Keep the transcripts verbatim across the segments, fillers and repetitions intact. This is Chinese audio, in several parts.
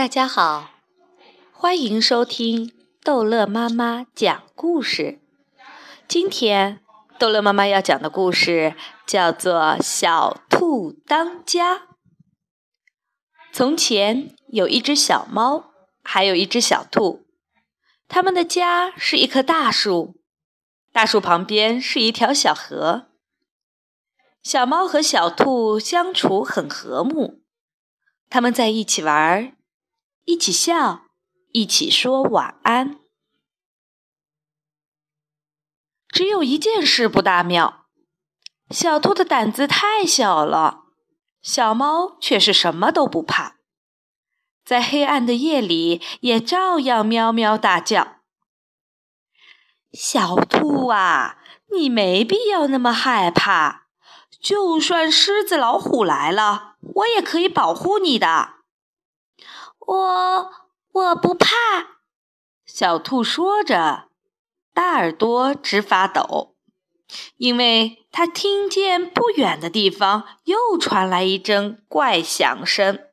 大家好，欢迎收听逗乐妈妈讲故事。今天逗乐妈妈要讲的故事叫做《小兔当家》。从前有一只小猫，还有一只小兔，它们的家是一棵大树，大树旁边是一条小河。小猫和小兔相处很和睦，它们在一起玩，一起笑，一起说晚安。只有一件事不大妙，小兔的胆子太小了，小猫却是什么都不怕，在黑暗的夜里也照样喵喵大叫。小兔啊，你没必要那么害怕，就算狮子老虎来了，我也可以保护你的。 我我不怕， 小兔说着，大耳朵直发抖，因为它听见不远的地方又传来一阵怪响声。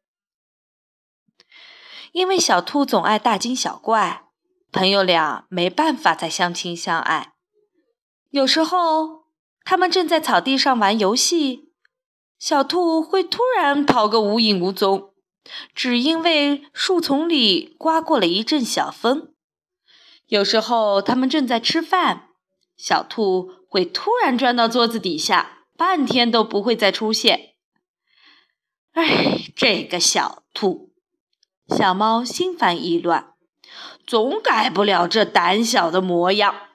因为小兔总爱大惊小怪，朋友俩没办法再相亲相爱。有时候，他们正在草地上玩游戏，小兔会突然跑个无影无踪，只因为树丛里刮过了一阵小风。有时候他们正在吃饭，小兔会突然钻到桌子底下，半天都不会再出现。哎，这个小兔！小猫心烦意乱，总改不了这胆小的模样。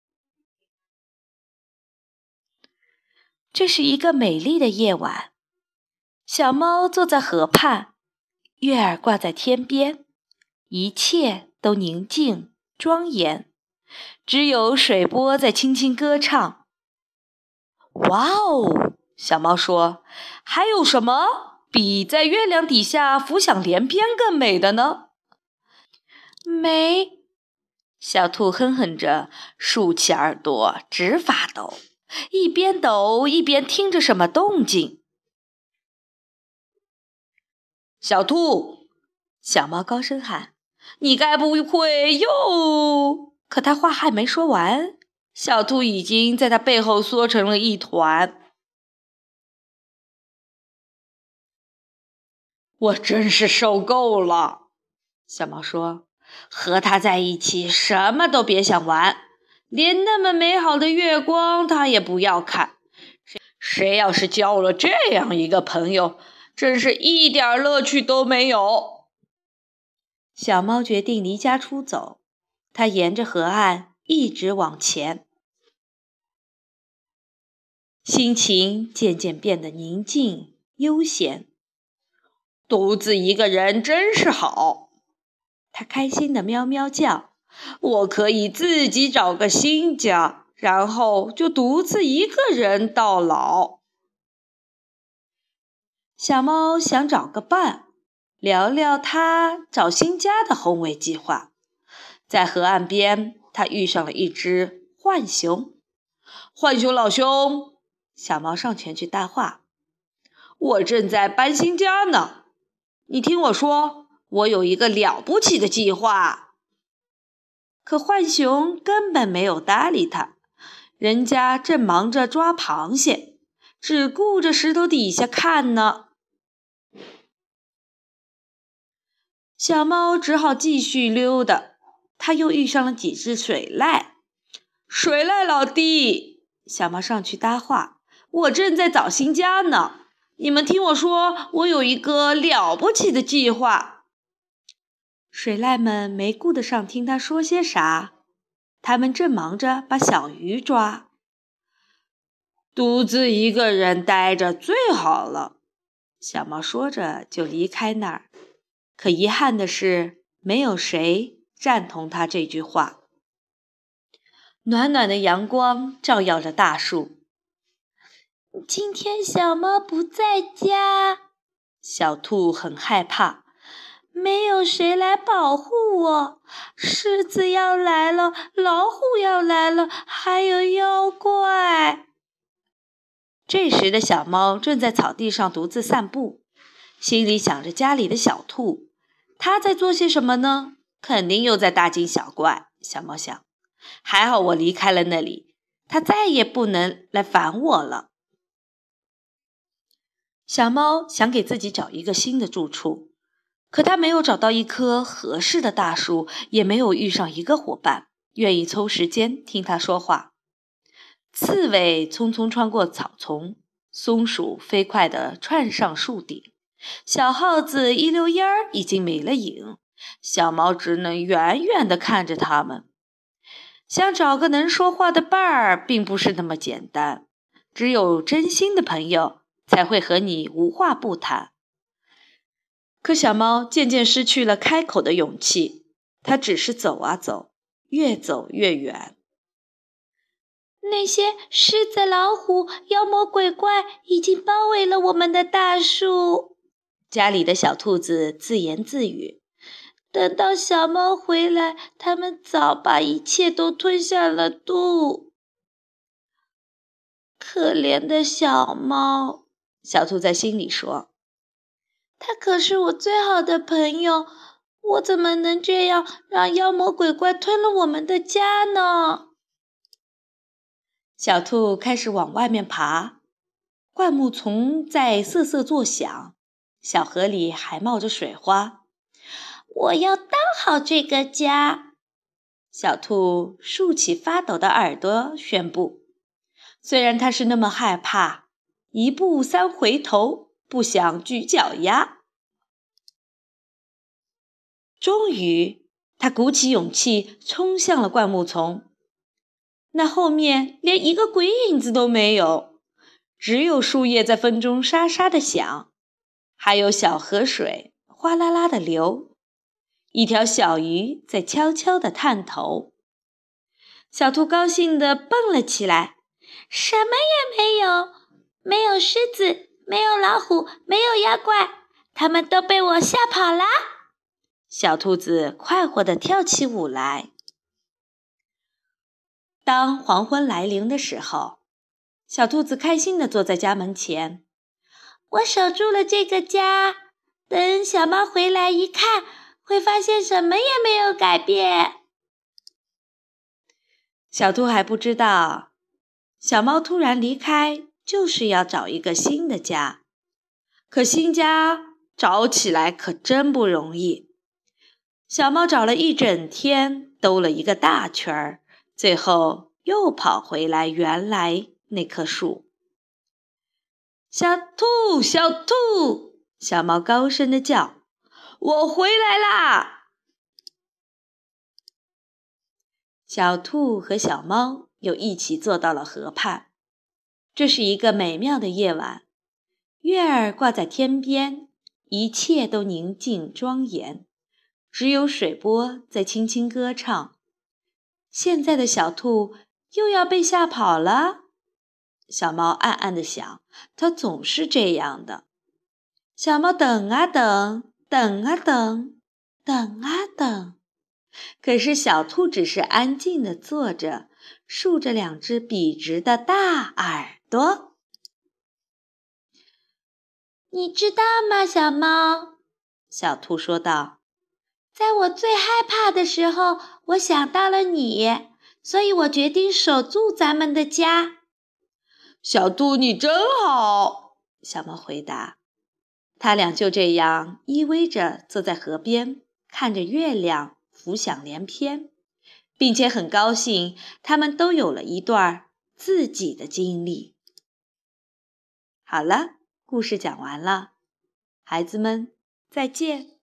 这是一个美丽的夜晚，小猫坐在河畔，月儿挂在天边，一切都宁静庄严，只有水波在轻轻歌唱。哇哦，小猫说，还有什么比在月亮底下浮想联翩更美的呢？美，小兔哼哼着，竖起耳朵直发抖，一边抖一边听着什么动静。小兔，小猫高声喊，你该不会又……可他话还没说完，小兔已经在他背后缩成了一团。我真是受够了，小猫说，和他在一起什么都别想玩，连那么美好的月光他也不要看。谁谁要是交了这样一个朋友，真是一点乐趣都没有。小猫决定离家出走，它沿着河岸一直往前，心情渐渐变得宁静悠闲。独自一个人真是好，它开心地喵喵叫，我可以自己找个新家，然后就独自一个人到老。小猫想找个伴，聊聊它找新家的宏伟计划。在河岸边，它遇上了一只浣熊。浣熊老兄，小猫上前去搭话，我正在搬新家呢，你听我说，我有一个了不起的计划。可浣熊根本没有搭理它，人家正忙着抓螃蟹，只顾着石头底下看呢。小猫只好继续溜达，它又遇上了几只水濑。水濑老弟，小猫上去搭话，我正在找新家呢，你们听我说，我有一个了不起的计划。水濑们没顾得上听他说些啥，他们正忙着把小鱼抓。独自一个人待着最好了，小猫说着就离开那儿。可遗憾的是，没有谁赞同他这句话。暖暖的阳光照耀着大树。 今天小猫不在家， 小兔很害怕， 没有谁来保护我，狮子要来了，老虎要来了，还有妖怪。 这时的小猫正在草地上独自散步，心里想着家里的小兔， 他在做些什么呢？肯定又在大惊小怪。小猫想，还好我离开了那里，他再也不能来烦我了。小猫想给自己找一个新的住处，可它没有找到一棵合适的大树，也没有遇上一个伙伴愿意抽时间听它说话。刺猬匆匆穿过草丛，松鼠飞快地窜上树顶，小耗子一溜烟儿已经没了影。小猫只能远远地看着它们。想找个能说话的伴儿并不是那么简单，只有真心的朋友才会和你无话不谈。可小猫渐渐失去了开口的勇气，它只是走啊走，越走越远。 那些狮子、老虎、妖魔鬼怪已经包围了我们的大树。 家里的小兔子自言自语。 等到小猫回来，它们早把一切都吞下了肚。可怜的小猫， 小兔在心里说。 它可是我最好的朋友，我怎么能这样让妖魔鬼怪吞了我们的家呢？ 小兔开始往外面爬，灌木丛在瑟瑟作响，小河里还冒着水花。 我要当好这个家， 小兔竖起发抖的耳朵宣布。虽然它是那么害怕，一步三回头，不想举脚丫。终于，它鼓起勇气冲向了灌木丛。那后面连一个鬼影子都没有，只有树叶在风中沙沙地响，还有小河水哗啦啦地流。一条小鱼在悄悄地探头。小兔高兴地蹦了起来， 什么也没有，没有狮子，没有老虎，没有妖怪，它们都被我吓跑了。 小兔子快活地跳起舞来。当黄昏来临的时候，小兔子开心地坐在家门前。 我守住了这个家，等小猫回来一看，会发现什么也没有改变。 小兔还不知道，小猫突然离开，就是要找一个新的家。可新家找起来可真不容易。小猫找了一整天，兜了一个大圈儿，最后又跑回来原来那棵树。小兔，小兔，小猫高声地叫，我回来啦！小兔和小猫又一起坐到了河畔。这是一个美妙的夜晚，月儿挂在天边，一切都宁静庄严，只有水波在轻轻歌唱。现在的小兔又要被吓跑了？小猫暗暗地想，它总是这样的。小猫等啊等，等啊等，等啊等。可是小兔只是安静地坐着，竖着两只笔直的大耳朵。 你知道吗，小猫？ 小兔说道。 在我最害怕的时候，我想到了你，所以我决定守住咱们的家。 小兔，你真好，小猫回答。他俩就这样依偎着坐在河边，看着月亮，浮想联翩，并且很高兴他们都有了一段自己的经历。好了，故事讲完了，孩子们再见。